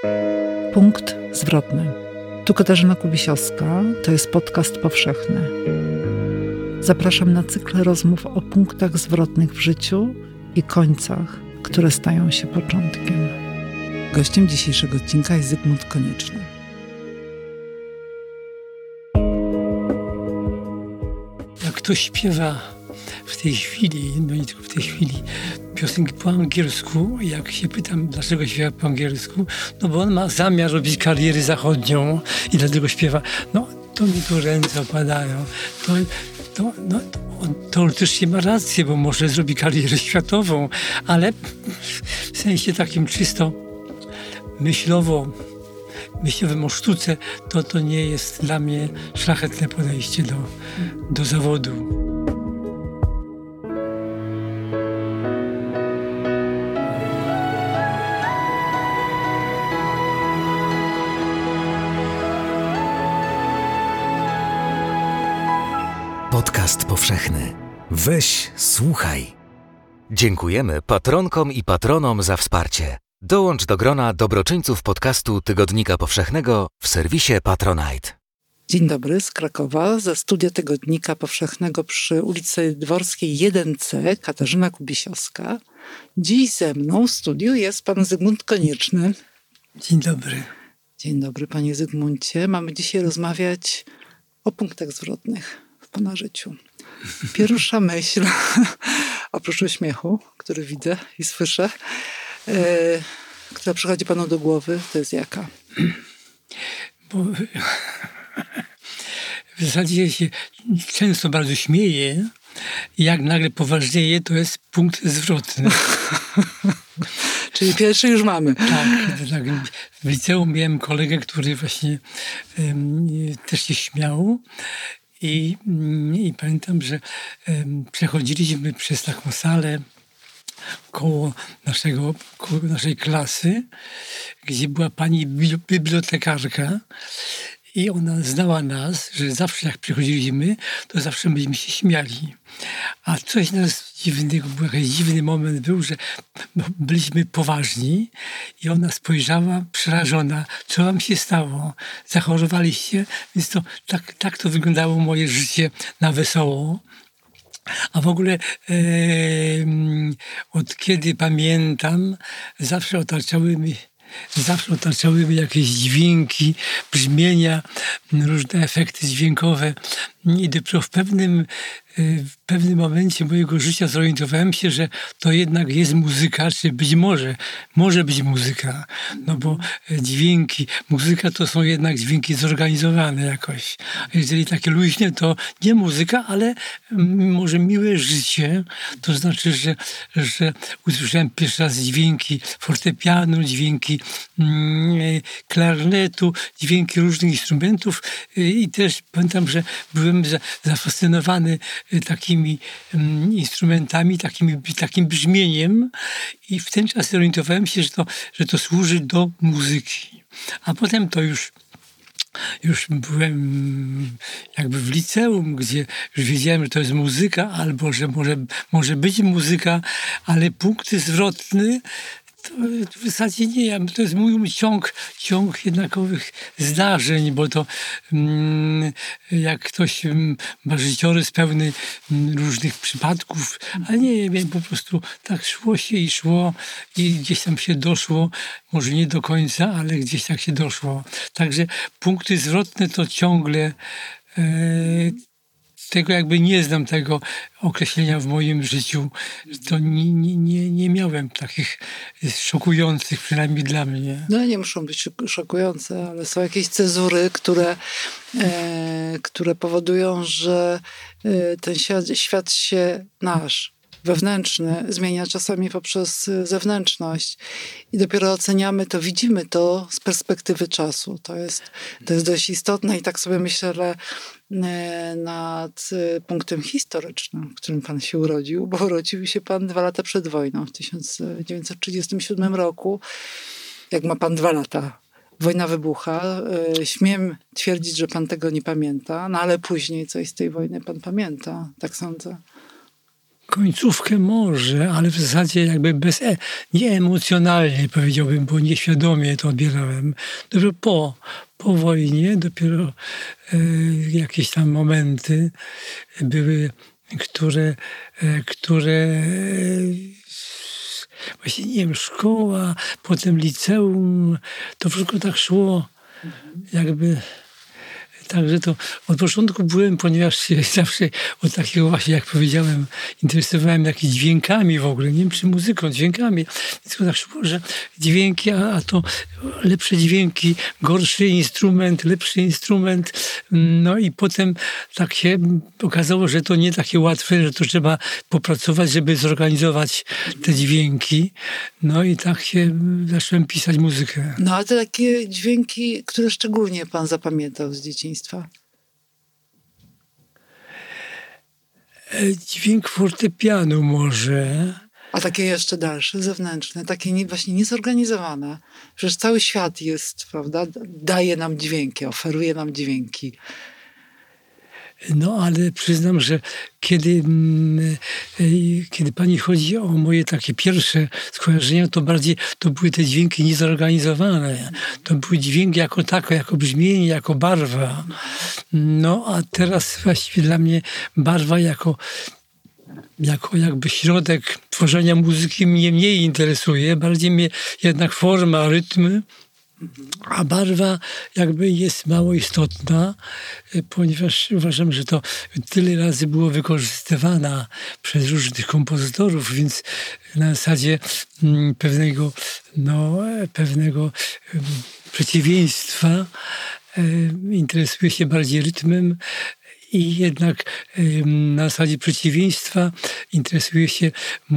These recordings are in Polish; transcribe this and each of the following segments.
Punkt zwrotny. Tu Katarzyna Kubisiowska, to jest podcast powszechny. Zapraszam na cykl rozmów o punktach zwrotnych w życiu i końcach, które stają się początkiem. Gościem dzisiejszego odcinka jest Zygmunt Konieczny. Jak ktoś śpiewa w tej chwili, no nie tylko w tej chwili, piosenki po angielsku, jak się pytam, dlaczego śpiewa po angielsku, no bo on ma zamiar robić karierę zachodnią i dlatego śpiewa. No to mi tu ręce opadają. On teoretycznie ma rację, bo może zrobi karierę światową, ale w sensie takim czysto myślowym o sztuce, to nie jest dla mnie szlachetne podejście do zawodu. Podcast powszechny. Weź, słuchaj. Dziękujemy patronkom i patronom za wsparcie. Dołącz do grona dobroczyńców podcastu Tygodnika Powszechnego w serwisie Patronite. Dzień dobry z Krakowa, ze studia Tygodnika Powszechnego przy ulicy Dworskiej 1C, Katarzyna Kubisiowska. Dziś ze mną w studiu jest pan Zygmunt Konieczny. Dzień dobry. Dzień dobry, panie Zygmuncie. Mamy dzisiaj rozmawiać o punktach zwrotnych w pana życiu. Pierwsza myśl, oprócz uśmiechu, który widzę i słyszę, która przychodzi panu do głowy, to jest jaka? Bo w zasadzie się często bardzo śmieję i jak nagle poważnieje, to jest punkt zwrotny. Czyli pierwszy już mamy. Tak. W liceum miałem kolegę, który właśnie też się śmiał. I pamiętam, że przechodziliśmy przez taką salę koło naszej klasy, gdzie była pani bibliotekarka i ona znała nas, że zawsze jak przychodziliśmy, to zawsze byliśmy się śmiali. A coś nas dziwnego, był jakiś dziwny moment był, że byliśmy poważni i ona spojrzała przerażona, co wam się stało? Zachorowaliście? Więc to tak to wyglądało moje życie na wesoło. A w ogóle od kiedy pamiętam, zawsze otaczały mnie jakieś dźwięki, brzmienia, różne efekty dźwiękowe. I dopiero w pewnym momencie mojego życia zorientowałem się, że to jednak jest muzyka, czy być może być muzyka. No bo muzyka to są jednak dźwięki zorganizowane jakoś. A jeżeli takie luźne, to nie muzyka, ale może miłe życie. To znaczy, że usłyszałem pierwszy raz dźwięki fortepianu, dźwięki klarnetu, dźwięki różnych instrumentów i też pamiętam, że byłem zafascynowany takimi instrumentami, takim brzmieniem i w ten czas orientowałem się, że to służy do muzyki. A potem to już byłem jakby w liceum, gdzie już wiedziałem, że to jest muzyka, albo że może być muzyka, ale punkty zwrotne to w zasadzie nie. To jest mój ciąg jednakowych zdarzeń, bo to jak ktoś ma życiorys pełny różnych przypadków, ale nie wiem, po prostu tak szło i gdzieś tam się doszło, może nie do końca, ale gdzieś tak się doszło. Także punkty zwrotne to ciągle tego jakby nie znam tego określenia w moim życiu. To nie miałem takich szokujących, przynajmniej dla mnie. No nie muszą być szokujące, ale są jakieś cezury, które powodują, że ten świat się wewnętrzny zmienia czasami poprzez zewnętrzność i dopiero oceniamy to, widzimy to z perspektywy czasu. To jest dość istotne i tak sobie myślę nad punktem historycznym, w którym pan się urodził, bo urodził się pan 2 lata przed wojną, w 1937 roku. Jak ma pan 2 lata, wojna wybucha. Śmiem twierdzić, że pan tego nie pamięta, no ale później coś z tej wojny pan pamięta, tak sądzę. Końcówkę może, ale w zasadzie jakby nieemocjonalnie powiedziałbym, bo nieświadomie to odbierałem. Dopiero po wojnie, dopiero jakieś tam momenty były, które właśnie, nie wiem, szkoła, potem liceum, to wszystko tak szło jakby. Także to od początku byłem, ponieważ się zawsze od takiego właśnie, jak powiedziałem, interesowałem jakimiś dźwiękami w ogóle, nie wiem, czy muzyką, dźwiękami. Więc to tak szło, że dźwięki, a to lepsze dźwięki, gorszy instrument, lepszy instrument. No i potem tak się okazało, że to nie takie łatwe, że to trzeba popracować, żeby zorganizować te dźwięki. No i tak się zacząłem pisać muzykę. No a te takie dźwięki, które szczególnie pan zapamiętał z dzieciństwa? Dźwięk fortepianu może. A takie jeszcze dalsze, zewnętrzne, takie właśnie niezorganizowane. Przecież cały świat jest, prawda, daje nam dźwięki, oferuje nam dźwięki. No, ale przyznam, że kiedy pani chodzi o moje takie pierwsze skojarzenia, to bardziej to były te dźwięki niezorganizowane. To były dźwięki jako tako, jako brzmienie, jako barwa. No, a teraz właściwie dla mnie barwa jako jakby środek tworzenia muzyki mnie mniej interesuje. Bardziej mnie jednak forma, rytmy. A barwa jakby jest mało istotna, ponieważ uważam, że to tyle razy było wykorzystywana przez różnych kompozytorów, więc na zasadzie pewnego przeciwieństwa interesuje się bardziej rytmem i jednak na zasadzie przeciwieństwa interesuje się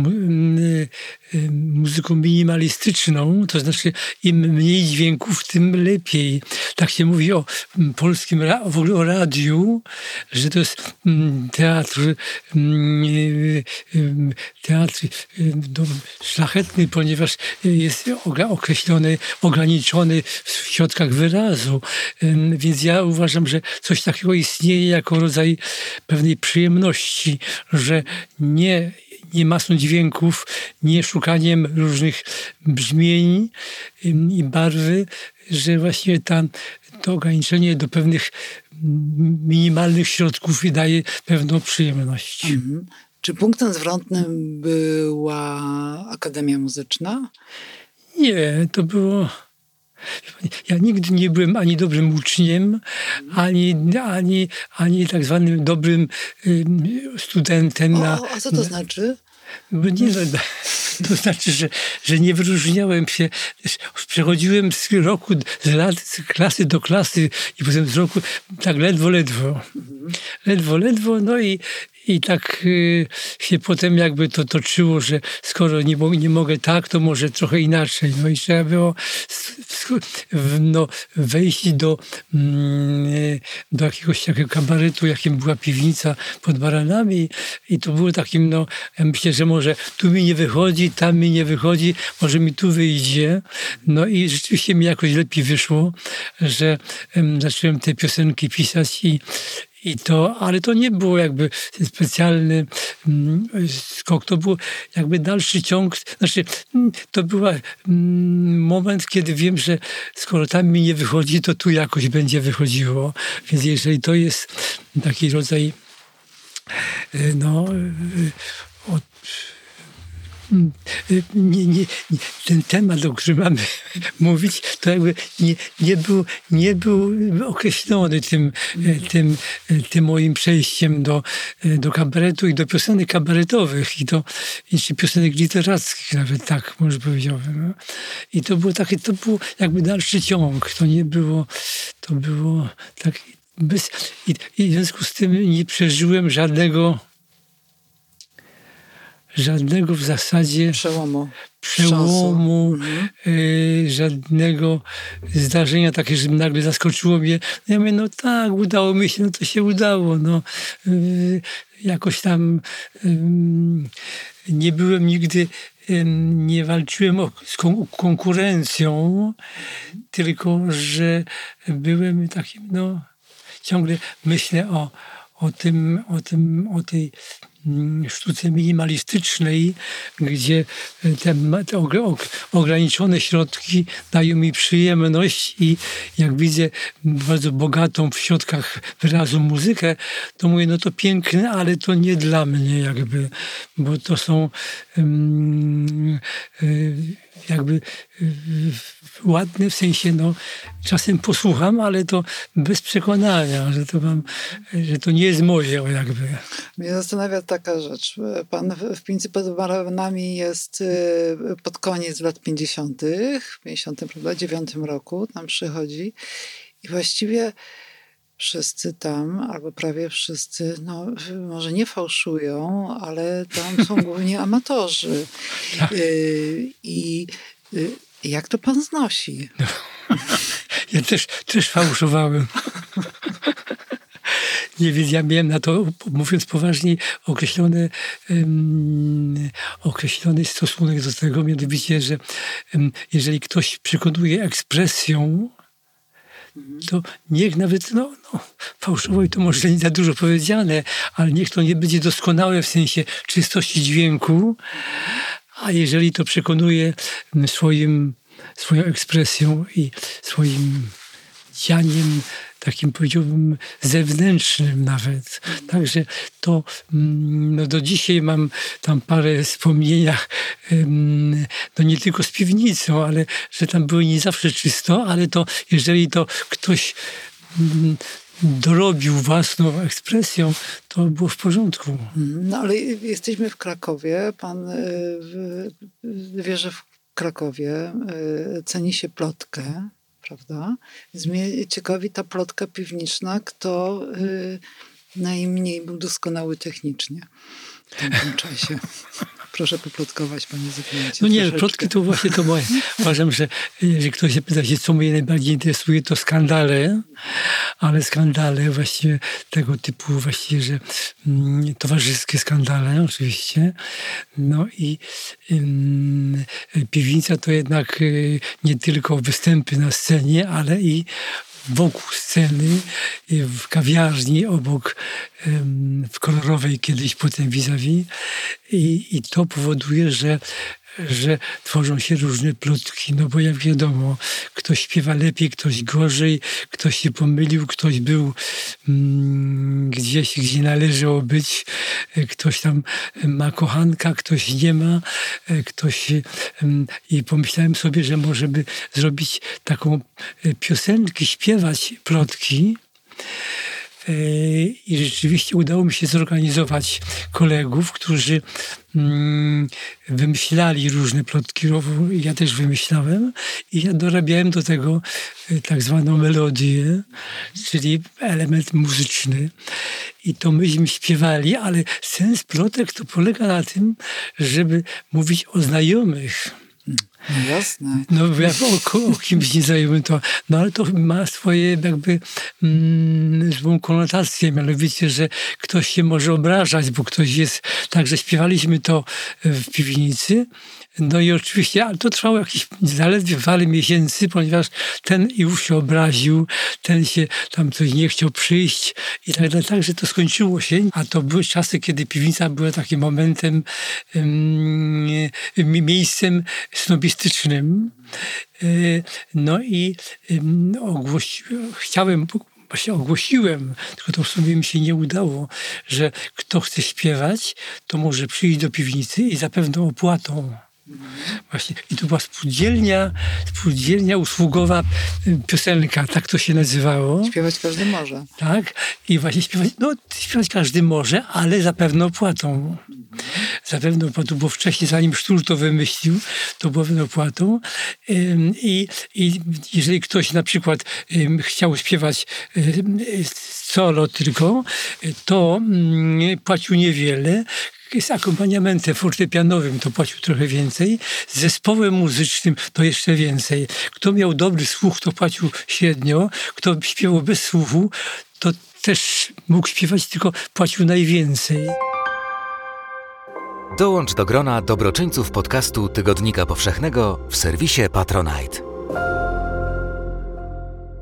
muzyką minimalistyczną, to znaczy im mniej dźwięków, tym lepiej. Tak się mówi o polskim, w ogóle o radiu, że to jest teatr szlachetny, ponieważ jest określony, ograniczony w środkach wyrazu. Więc ja uważam, że coś takiego istnieje jako rodzaj pewnej przyjemności, że nie masą dźwięków, nie szukaniem różnych brzmień i barwy, że właśnie to ograniczenie do pewnych minimalnych środków daje pewną przyjemność. Mhm. Czy punktem zwrotnym była Akademia Muzyczna? Nie, to było... Ja nigdy nie byłem ani dobrym uczniem, ani tak zwanym dobrym studentem. A co to znaczy? Nie, to znaczy, że nie wyróżniałem się. Przechodziłem z klasy do klasy i potem z roku tak ledwo. No i tak się potem jakby to toczyło, że skoro nie mogę tak, to może trochę inaczej. No i trzeba było wejść do jakiegoś takiego kabaretu, jakim była piwnica pod Baranami i to było takim, ja myślę, że może tu mi nie wychodzi, tam mi nie wychodzi, może mi tu wyjdzie. No i rzeczywiście mi jakoś lepiej wyszło, że zacząłem te piosenki pisać ale to nie było jakby specjalny skok, to był jakby dalszy ciąg. Znaczy, to był moment, kiedy wiem, że skoro tam mi nie wychodzi, to tu jakoś będzie wychodziło. Więc jeżeli to jest taki rodzaj ten temat, o którym mamy mówić, to jakby nie był określony tym moim przejściem do kabaretu i do piosenek kabaretowych i jeszcze piosenek literackich nawet, tak może powiedziałbym. No. I to był jakby dalszy ciąg. To było tak i w związku z tym nie przeżyłem żadnego w zasadzie przełomu, żadnego zdarzenia takie, żeby nagle zaskoczyło mnie. Ja mówię, no tak, udało mi się, no to się udało. No, jakoś tam nie byłem nigdy, nie walczyłem z konkurencją, tylko że byłem takim, ciągle myślę o tej sztuce minimalistycznej, gdzie te ograniczone środki dają mi przyjemność i jak widzę bardzo bogatą w środkach wyrazu muzykę, to mówię, no to piękne, ale to nie dla mnie jakby, bo to są jakby ładne, w sensie, no czasem posłucham, ale to bez przekonania, że to nie jest moje jakby. Mnie zastanawia taka rzecz. Pan w Piwnicy pod Baranami jest pod koniec lat 50., w 59 roku tam przychodzi i właściwie wszyscy tam, albo prawie wszyscy, no może nie fałszują, ale tam są głównie amatorzy. Jak to pan znosi? No, ja też fałszowałem. Nie wiem, ja miałem na to, mówiąc poważnie, określony stosunek do tego, mianowicie, że jeżeli ktoś przekonuje ekspresją, to niech nawet, fałszowo i to może nie za dużo powiedziane, ale niech to nie będzie doskonałe w sensie czystości dźwięku, a jeżeli to przekonuje swoją ekspresją i swoim dzianiem, takim powiedziałbym zewnętrznym nawet. Także to do dzisiaj mam tam parę wspomnienia, nie tylko z piwnicą, ale że tam było nie zawsze czysto, ale to jeżeli to ktoś dorobił własną ekspresją, to było w porządku. No ale jesteśmy w Krakowie. Pan wie, że w Krakowie ceni się plotkę, prawda? Więc mnie ciekawi ta plotka piwniczna, kto najmniej był doskonały technicznie w tym czasie. Proszę poplotkować, panie Zygmuncie. No nie, plotki to właśnie to moje. Uważam, że jeżeli ktoś się pyta, co mnie najbardziej interesuje, to skandale, ale skandale właśnie tego typu właściwie, że towarzyskie skandale oczywiście. No i piwnica to jednak nie tylko występy na scenie, ale i wokół sceny, w kawiarni obok, w Kolorowej kiedyś, potem vis-a-vis. I to powoduje, że tworzą się różne plotki, no bo jak wiadomo, ktoś śpiewa lepiej, ktoś gorzej, ktoś się pomylił, ktoś był gdzieś, gdzie należało być, ktoś tam ma kochanka, ktoś nie ma, i pomyślałem sobie, że może by zrobić taką piosenkę, śpiewać plotki. I rzeczywiście udało mi się zorganizować kolegów, którzy wymyślali różne plotki. Ja też wymyślałem i ja dorabiałem do tego tak zwaną melodię, czyli element muzyczny. I to myśmy śpiewali, ale sens plotek to polega na tym, żeby mówić o znajomych. No jasne. No ja o kimś nieznajomym to, ale to ma swoje jakby złą konotację, mianowicie, że ktoś się może obrażać, bo ktoś jest, także śpiewaliśmy to w piwnicy. No i oczywiście, ale to trwało jakieś zaledwie parę miesięcy, ponieważ ten już się obraził, ten się tam coś nie chciał przyjść i tak dalej. Także to skończyło się, a to były czasy, kiedy piwnica była takim momentem, miejscem snobistycznym. No i ogłosiłem, tylko to w sumie mi się nie udało, że kto chce śpiewać, to może przyjść do piwnicy i za pewną opłatą. Właśnie. I to była spółdzielnia usługowa piosenka, tak to się nazywało. Śpiewać każdy może. Tak. I właśnie śpiewać każdy może, ale za pewną opłatą. Za pewną opłatą, bo wcześniej, zanim Sztul to wymyślił, to było pewną opłatą. I jeżeli ktoś na przykład chciał śpiewać solo tylko, to płacił niewiele. Z akompaniamentem fortepianowym to płacił trochę więcej, z zespołem muzycznym to jeszcze więcej. Kto miał dobry słuch, to płacił średnio, kto śpiewał bez słuchu, to też mógł śpiewać, tylko płacił najwięcej. Dołącz do grona dobroczyńców podcastu Tygodnika Powszechnego w serwisie Patronite.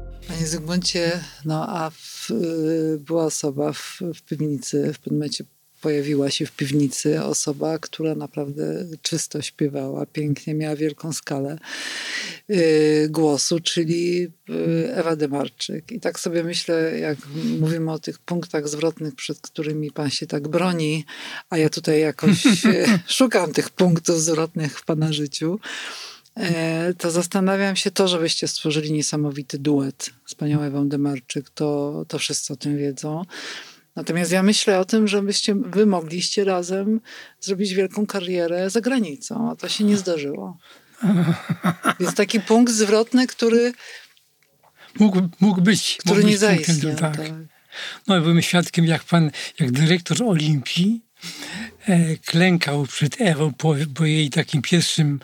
Panie Zygmuncie, była osoba w piwnicy, w Podmecie pojawiła się w piwnicy osoba, która naprawdę czysto śpiewała, pięknie, miała wielką skalę głosu, czyli Ewa Demarczyk. I tak sobie myślę, jak mówimy o tych punktach zwrotnych, przed którymi pan się tak broni, a ja tutaj jakoś szukam tych punktów zwrotnych w pana życiu, to zastanawiam się to, żebyście stworzyli niesamowity duet z panią Ewą Demarczyk. To wszyscy o tym wiedzą. Natomiast ja myślę o tym, żebyście wy mogliście razem zrobić wielką karierę za granicą, a to się nie zdarzyło. Jest taki punkt zwrotny, który Mógł być. Który mógł nie być punktem, zaistniał. tak. Tak. No, byłem świadkiem, jak dyrektor Olimpii klękał przed Ewą po jej takim pierwszym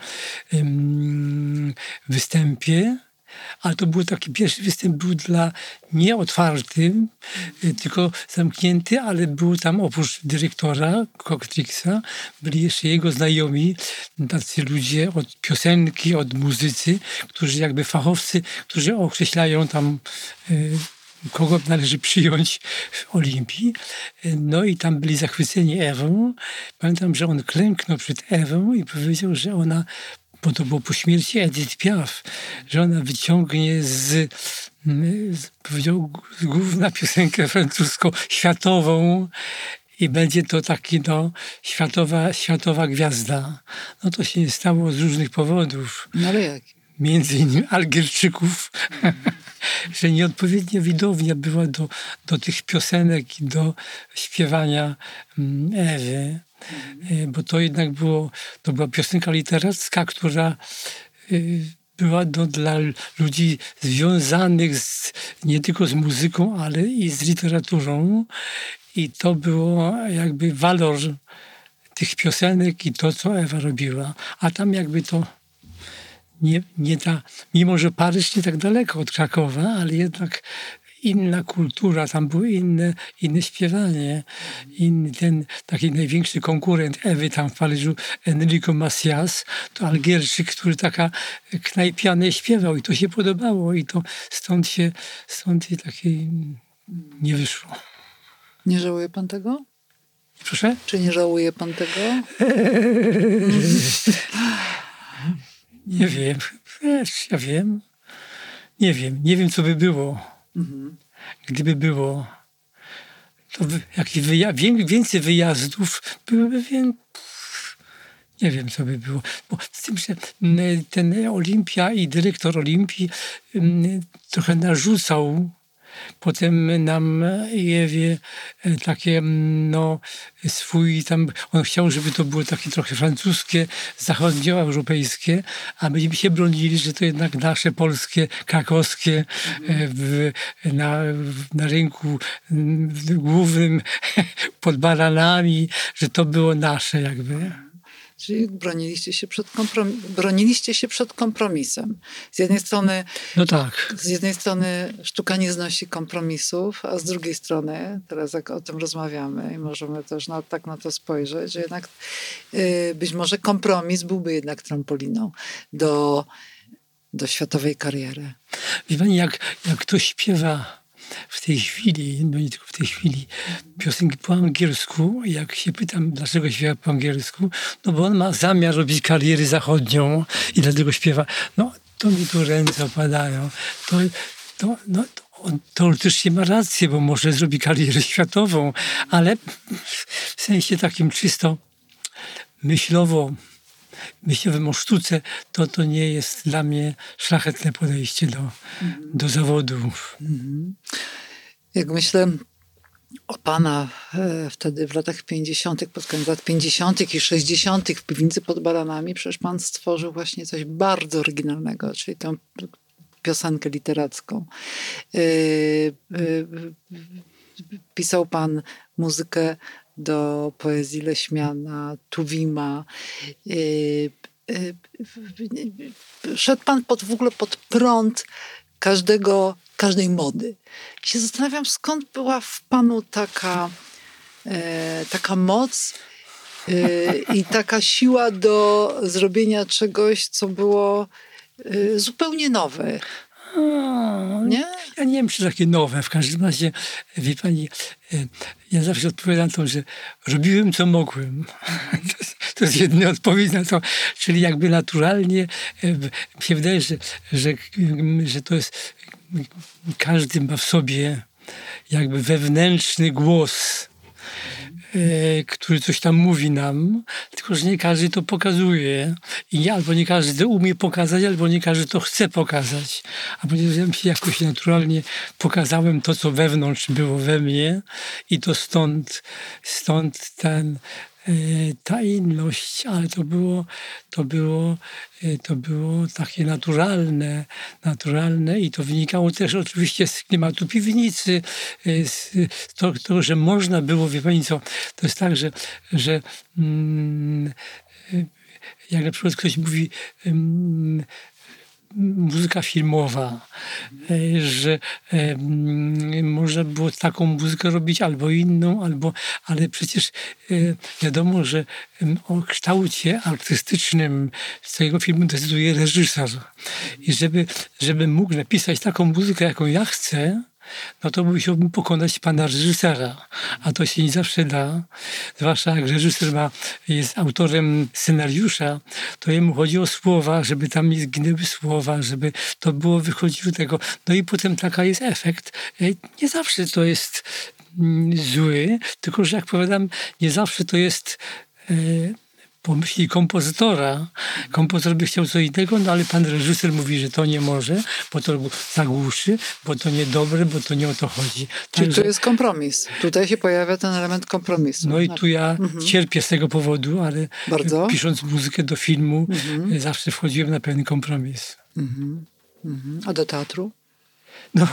występie. Ale to był taki pierwszy występ, był nie otwarty, tylko zamknięty, ale był tam oprócz dyrektora Coctrixa, byli jeszcze jego znajomi, tacy ludzie od piosenki, od muzycy, którzy jakby fachowcy, którzy określają tam kogo należy przyjąć w Olimpii. No i tam byli zachwyceni Ewą. Pamiętam, że on klęknął przed Ewą i powiedział, że ona, bo to było po śmierci Edith Piaf, że ona wyciągnie powiedział, główną piosenkę francuską, światową i będzie to taki, światowa gwiazda. No to się nie stało z różnych powodów. No ale jak? Między innymi Algierczyków, że nieodpowiednia widownia była do tych piosenek i do śpiewania Ewy. Bo to jednak to była piosenka literacka, która była dla ludzi związanych nie tylko z muzyką, ale i z literaturą. I to było jakby walor tych piosenek i to, co Ewa robiła. A tam jakby to mimo że Paryż nie tak daleko od Krakowa, ale jednak inna kultura, tam było inne śpiewanie. Ten taki największy konkurent Ewy tam w Paryżu, Enrico Macias, to Algierczyk, który taka knajpiane śpiewał i to się podobało i to stąd takie nie wyszło. Nie żałuje pan tego? Proszę? Czy nie żałuje pan tego? Nie wiem. Ja wiem. Nie wiem, co by było. Gdyby było, to więcej wyjazdów byłyby, nie wiem, co by było. Bo z tym, że ten Olimpia i dyrektor Olimpii trochę narzucał potem nam i Ewie takie, swój tam, on chciał, żeby to było takie trochę francuskie, zachodnioeuropejskie, a myśmy się bronili, że to jednak nasze, polskie, krakowskie, na rynku głównym pod baranami, że to było nasze jakby. Czyli broniliście się przed kompromisem. Z jednej strony, no tak. Z jednej strony sztuka nie znosi kompromisów, a z drugiej strony, teraz jak o tym rozmawiamy i możemy też tak na to spojrzeć, że jednak być może kompromis byłby jednak trampoliną do światowej kariery. Wie pani, jak ktoś śpiewa w tej chwili, no nie tylko w tej chwili, piosenki po angielsku, jak się pytam, dlaczego śpiewa po angielsku, no bo on ma zamiar robić karierę zachodnią i dlatego śpiewa. No to mi tu ręce opadają. On teoretycznie ma rację, bo może zrobi karierę światową, ale w sensie takim czysto myślowym o sztuce, to nie jest dla mnie szlachetne podejście do zawodu. Jak myślę o pana wtedy w latach 50., pod koniec lat 50. i 60. w piwnicy pod Baranami, przecież pan stworzył właśnie coś bardzo oryginalnego, czyli tę piosenkę literacką. Pisał pan muzykę do poezji Leśmiana, Tuwima. Szedł pan w ogóle pod prąd każdej mody. I się zastanawiam, skąd była w panu taka moc i taka siła do zrobienia czegoś, co było zupełnie nowe. Nie? Ja nie wiem, czy takie nowe. W każdym razie, wie pani, ja zawsze odpowiadam to, że robiłem, co mogłem. To jest jedyna odpowiedź na to. Czyli jakby naturalnie mi się wydaje, że to jest... Każdy ma w sobie jakby wewnętrzny głos, który coś tam mówi nam, tylko że nie każdy to pokazuje. I albo nie każdy to umie pokazać, albo nie każdy to chce pokazać. A ponieważ ja się jakoś naturalnie pokazałem to, co wewnątrz było we mnie i to stąd ta inność, ale to było takie naturalne i to wynikało też oczywiście z klimatu piwnicy, z tego, że można było, wie pani co, to jest tak, że jak na przykład ktoś mówi muzyka filmowa, że można było taką muzykę robić albo inną, ale przecież wiadomo, że o kształcie artystycznym tego filmu decyduje reżyser. I żeby mógł napisać taką muzykę, jaką ja chcę, no to musiałbym pokonać pana reżysera. A to się nie zawsze da. Zwłaszcza jak reżyser jest autorem scenariusza, to jemu chodzi o słowa, żeby tam nie zginęły słowa, żeby to było, wychodziło tego. No i potem taka jest efekt. Nie zawsze to jest zły, tylko że jak powiadam, nie zawsze to jest pomyśli kompozytora. Kompozytor by chciał co innego, no ale pan reżyser mówi, że to nie może, bo to zagłuszy, bo to niedobre, bo to nie o to chodzi. Czyli to jest kompromis. Tutaj się pojawia ten element kompromisu. No i tu ja cierpię z tego powodu, ale bardzo? Pisząc muzykę do filmu zawsze wchodziłem na pewien kompromis. A do teatru? No,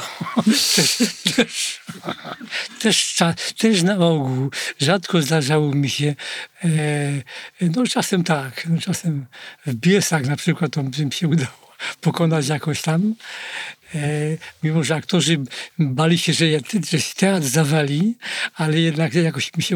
też na ogół. Rzadko zdarzało mi się, no czasem tak, no czasem w Biesach na przykład to mi się udało pokonać jakoś tam, mimo że aktorzy bali się, że teatr zawali, ale jednak jakoś mi się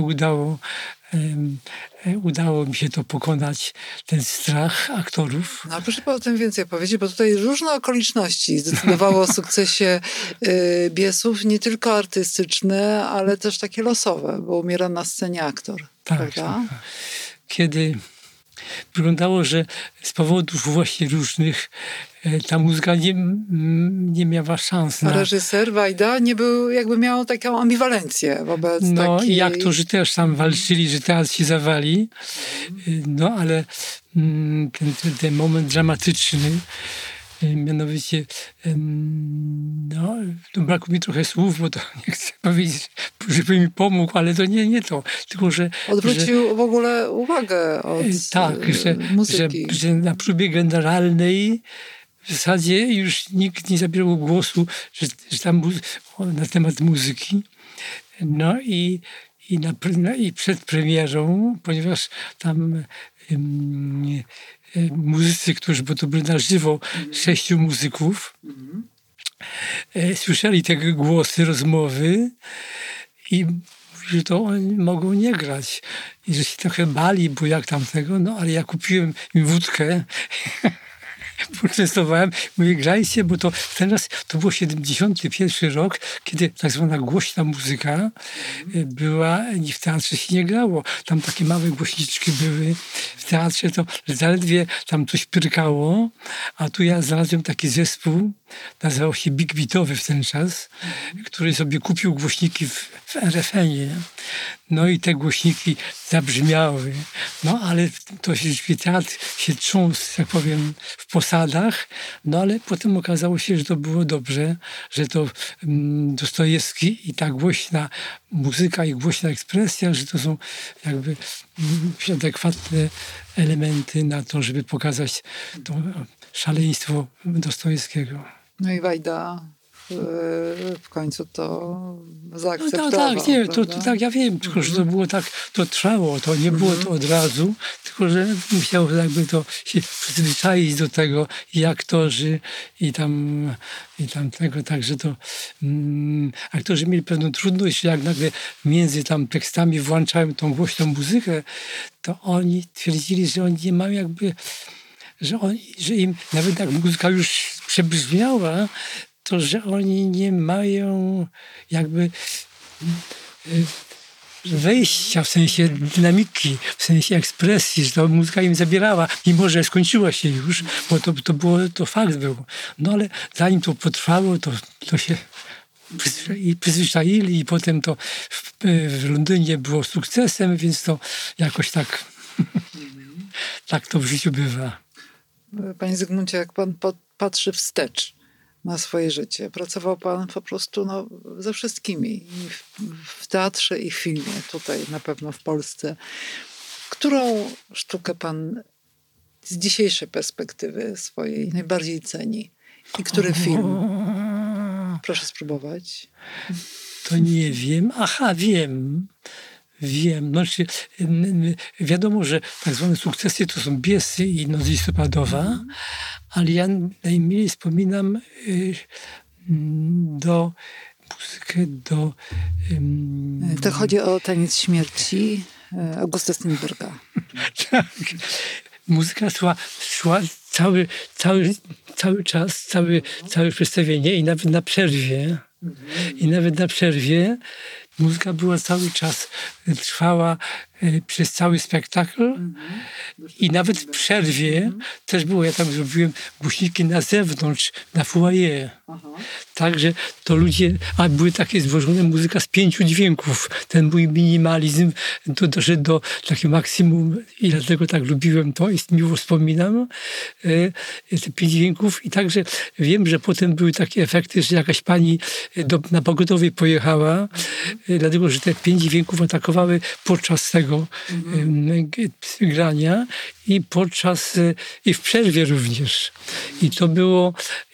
udało mi się to pokonać, ten strach aktorów. No, proszę o tym więcej powiedzieć, bo tutaj różne okoliczności zdecydowały o sukcesie Biesów, nie tylko artystyczne, ale też takie losowe, bo umiera na scenie aktor. Tak, prawda? tak. Kiedy wyglądało, że z powodów właśnie różnych ta muzyka nie miała szans. A reżyser Wajda nie był, jakby miał taką ambiwalencję wobec no takiej... i aktorzy też tam walczyli, że teatr się zawali. No ale ten moment dramatyczny, mianowicie no, brakło mi trochę słów, bo to nie chcę powiedzieć, żeby mi pomógł, ale to nie to. Tylko, że... Odwrócił w ogóle uwagę od tak, muzyki. Że na próbie generalnej w zasadzie już nikt nie zabierał głosu że tam na temat muzyki. No i przed premierą, ponieważ tam muzycy, bo to byli na żywo 6 muzyków, słyszeli te głosy, rozmowy i że to oni mogą nie grać. I że się trochę bali, bo jak tam tego, no ale ja kupiłem im wódkę, poczęstowałem, mówię, grajcie, bo to teraz to był 71 rok, kiedy tak zwana głośna muzyka była, w teatrze się nie grało. Tam takie małe głośniczki były. W teatrze to zaledwie tam coś pyrkało, a tu ja znalazłem taki zespół, nazywał się Big Beatowy w ten czas, który sobie kupił głośniki w RFN-ie. No i te głośniki zabrzmiały. No ale to się teatr się trząsł, jak powiem, w posadach. No ale potem okazało się, że to było dobrze, że to Dostojewski i ta głośna muzyka i głośna ekspresja, że to są jakby adekwatne elementy na to, żeby pokazać to szaleństwo Dostojewskiego. No i Wajda w końcu to zaakceptował. No tak, nie, to tak, ja wiem, tylko że to było tak, to trwało, to nie było to od razu, tylko że musiało jakby to się przyzwyczaić do tego i aktorzy i tam tego, także to aktorzy mieli pewną trudność, że jak nagle między tam tekstami włączałem tą głośną muzykę, to oni twierdzili, że oni nie mają jakby że im nawet jak muzyka już przebrzmiała, to że oni nie mają jakby wejścia w sensie dynamiki, w sensie ekspresji, że ta muzyka im zabierała, mimo że skończyła się już, bo to fakt był. No ale zanim to potrwało, to się przyzwyczaili i potem to w Londynie było sukcesem, więc to jakoś tak tak to w życiu bywa. Panie Zygmuncie, jak pan patrzy wstecz na swoje życie, pracował pan po prostu ze wszystkimi. I w teatrze i w filmie, tutaj na pewno w Polsce. Którą sztukę pan z dzisiejszej perspektywy swojej najbardziej ceni? I który film? Proszę spróbować. To nie wiem. Aha, wiem. Znaczy, wiadomo, że tak zwane sukcesy to są Biesy i Noc listopadowa, ale ja najmniej wspominam muzykę do... To chodzi o Taniec śmierci Augusta Strindberga. Tak. Muzyka szła cały czas, całe przedstawienie i nawet na przerwie. Muzyka była cały czas, trwała przez cały spektakl i nawet w przerwie też było, ja tam zrobiłem głośniki na zewnątrz, na foyer. Także to ludzie, były takie złożone muzyka z 5 dźwięków. Ten mój minimalizm doszedł do takiego maksimum i dlatego tak lubiłem to i miło wspominam. Te 5 dźwięków i także wiem, że potem były takie efekty, że jakaś pani na pogotowie pojechała, dlatego, że te 5 dźwięków atakowały podczas tego grania i w przerwie również. I to było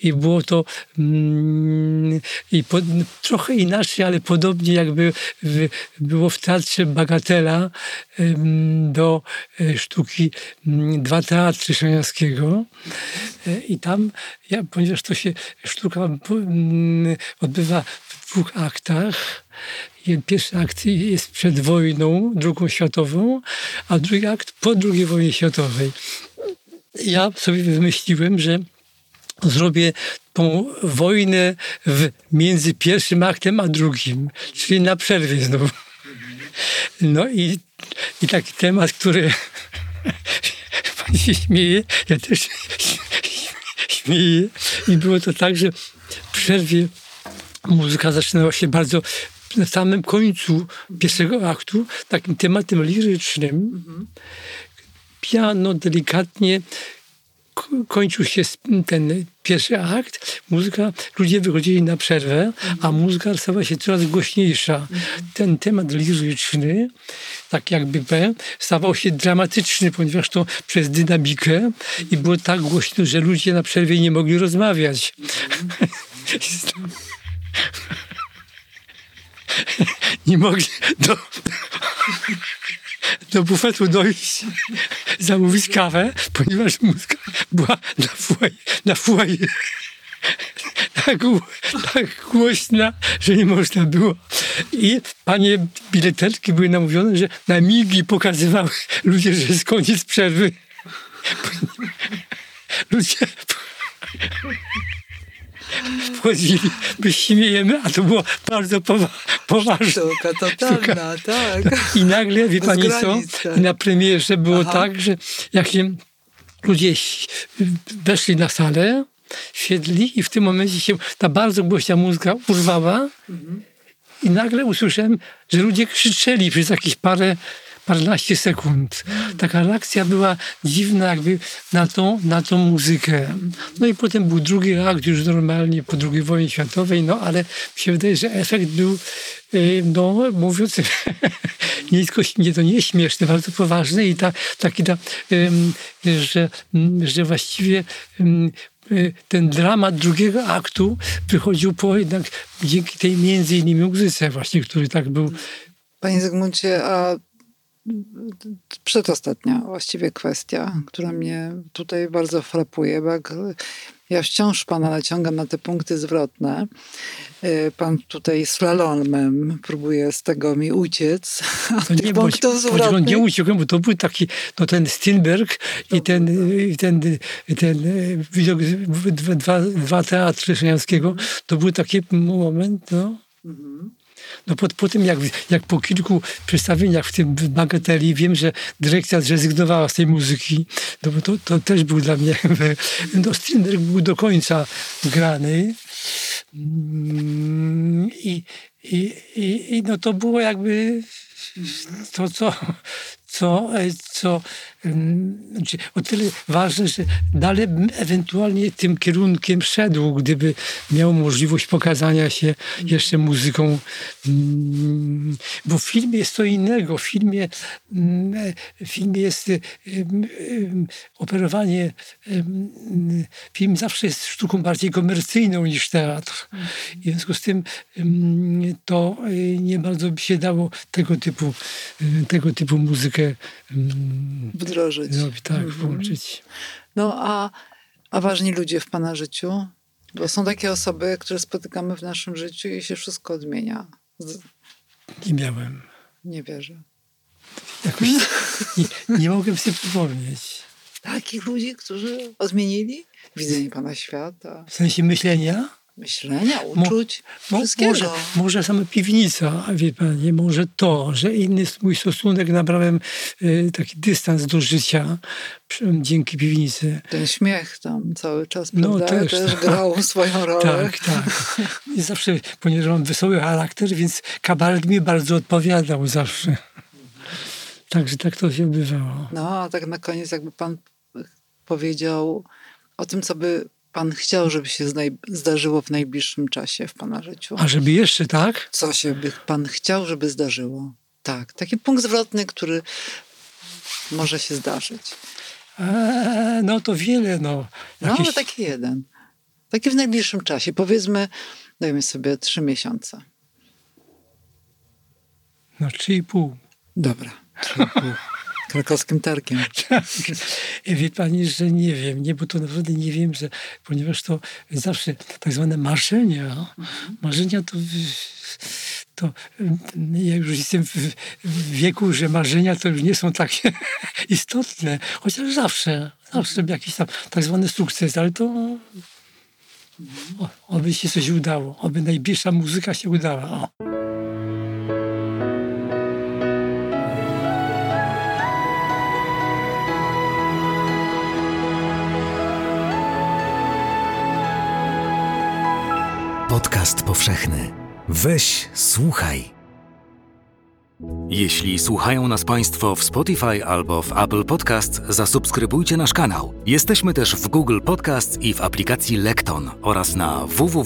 trochę inaczej, ale podobnie jakby było w Teatrze Bagatela do sztuki Dwa teatry Szaniawskiego. I tam, ponieważ to się sztuka odbywa w 2 aktach, pierwszy akt jest przed wojną, II światową, a drugi akt po II wojnie światowej. Ja sobie wymyśliłem, że zrobię tą wojnę między pierwszym aktem a drugim, czyli na przerwie znowu. No i taki temat, który pan się śmieje, ja też śmieję. I było to tak, że w przerwie muzyka zaczynała się bardzo na samym końcu pierwszego aktu, takim tematem lirycznym. Piano delikatnie kończył się ten pierwszy akt, ludzie wychodzili na przerwę, a muzyka stała się coraz głośniejsza. Ten temat liryczny, tak jakby stawał się dramatyczny, ponieważ to przez dynamikę i było tak głośno, że ludzie na przerwie nie mogli rozmawiać. Nie mogli do bufetu dojść, zamówić kawę, ponieważ muzyka była na foyer tak głośna, że nie można było. I panie bileterki były namówione, że na migi pokazywały ludzie, że jest koniec przerwy. Ludzie wchodzili, my śmiejemy, a to było bardzo poważne. Sztuka totalna, tak. I nagle, wie pani co, na premierze było tak, że jak się ludzie weszli na salę, siedli i w tym momencie się ta bardzo głośna muzyka urwała i nagle usłyszałem, że ludzie krzyczeli przez jakieś paręnaście sekund. Taka reakcja była dziwna jakby na tą muzykę. No i potem był drugi akt już normalnie po II wojnie światowej, no ale mi się wydaje, że efekt był, mówiąc to nie śmieszny, bardzo poważny i że właściwie ten dramat drugiego aktu wychodził jednak dzięki tej między innymi muzyce właśnie, który tak był. Panie Zygmuncie, a przedostatnia właściwie kwestia, która mnie tutaj bardzo frapuje, bo jak ja wciąż pana naciągam na te punkty zwrotne. Pan tutaj slalomem próbuje z tego mi uciec. To nie, bo nie uciekłem, bo to był taki, no ten Strindberg i ten widok, dwa teatry Szymańskiego, to był taki moment, no. No po tym, jak po kilku przedstawieniach w tym Bagateli wiem, że dyrekcja zrezygnowała z tej muzyki, no bo to też był dla mnie, no Strindberg był do końca grany i no to było jakby to, znaczy o tyle ważne, że dalej ewentualnie tym kierunkiem szedł, gdyby miał możliwość pokazania się jeszcze muzyką. Bo w filmie jest to innego. W filmie jest operowanie. Film zawsze jest sztuką bardziej komercyjną niż teatr. I w związku z tym to nie bardzo by się dało tego typu muzykę wdrożyć. Tak, włączyć. No a ważni ludzie w pana życiu? Bo są takie osoby, które spotykamy w naszym życiu i się wszystko odmienia. Nie miałem. Nie wierzę. Jakoś nie mogłem sobie przypomnieć. Takich ludzi, którzy odmienili widzenie pana świata. W sensie myślenia? Myślenia, uczuć, wszystkiego. Może sama piwnica, wie pani, może to, że inny mój stosunek, nabrałem taki dystans do życia dzięki piwnicy. Ten śmiech tam cały czas, prawda? No też grał swoją rolę. Tak. I zawsze, ponieważ mam wesoły charakter, więc kabaret mi bardzo odpowiadał zawsze. Także tak to się odbywało. No, a tak na koniec jakby pan powiedział o tym, co by pan chciał, żeby się zdarzyło w najbliższym czasie w pana życiu. A żeby jeszcze, tak? Co się by pan chciał, żeby zdarzyło? Tak, taki punkt zwrotny, który może się zdarzyć. No to wiele, no. No, ale taki jeden. Taki w najbliższym czasie. Powiedzmy, dajmy sobie 3 miesiące. No 3,5. Dobra. 3,5. Krakowskim targiem. Tak. Wie pani, że nie wiem, bo to naprawdę nie wiem, ponieważ to zawsze tak zwane marzenia. Marzenia to ja już jestem w wieku, że marzenia to już nie są takie istotne. Chociaż zawsze jakiś tam tak zwany sukces, ale to oby się coś udało. Oby najbliższa muzyka się udała. Podcast powszechny. Weź, słuchaj. Jeśli słuchają nas Państwo w Spotify albo w Apple Podcasts, zasubskrybujcie nasz kanał. Jesteśmy też w Google Podcasts i w aplikacji Lekton oraz na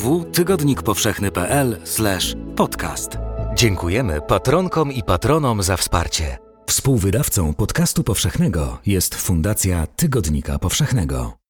www.tygodnikpowszechny.pl/podcast. Dziękujemy patronkom i patronom za wsparcie. Współwydawcą podcastu powszechnego jest Fundacja Tygodnika Powszechnego.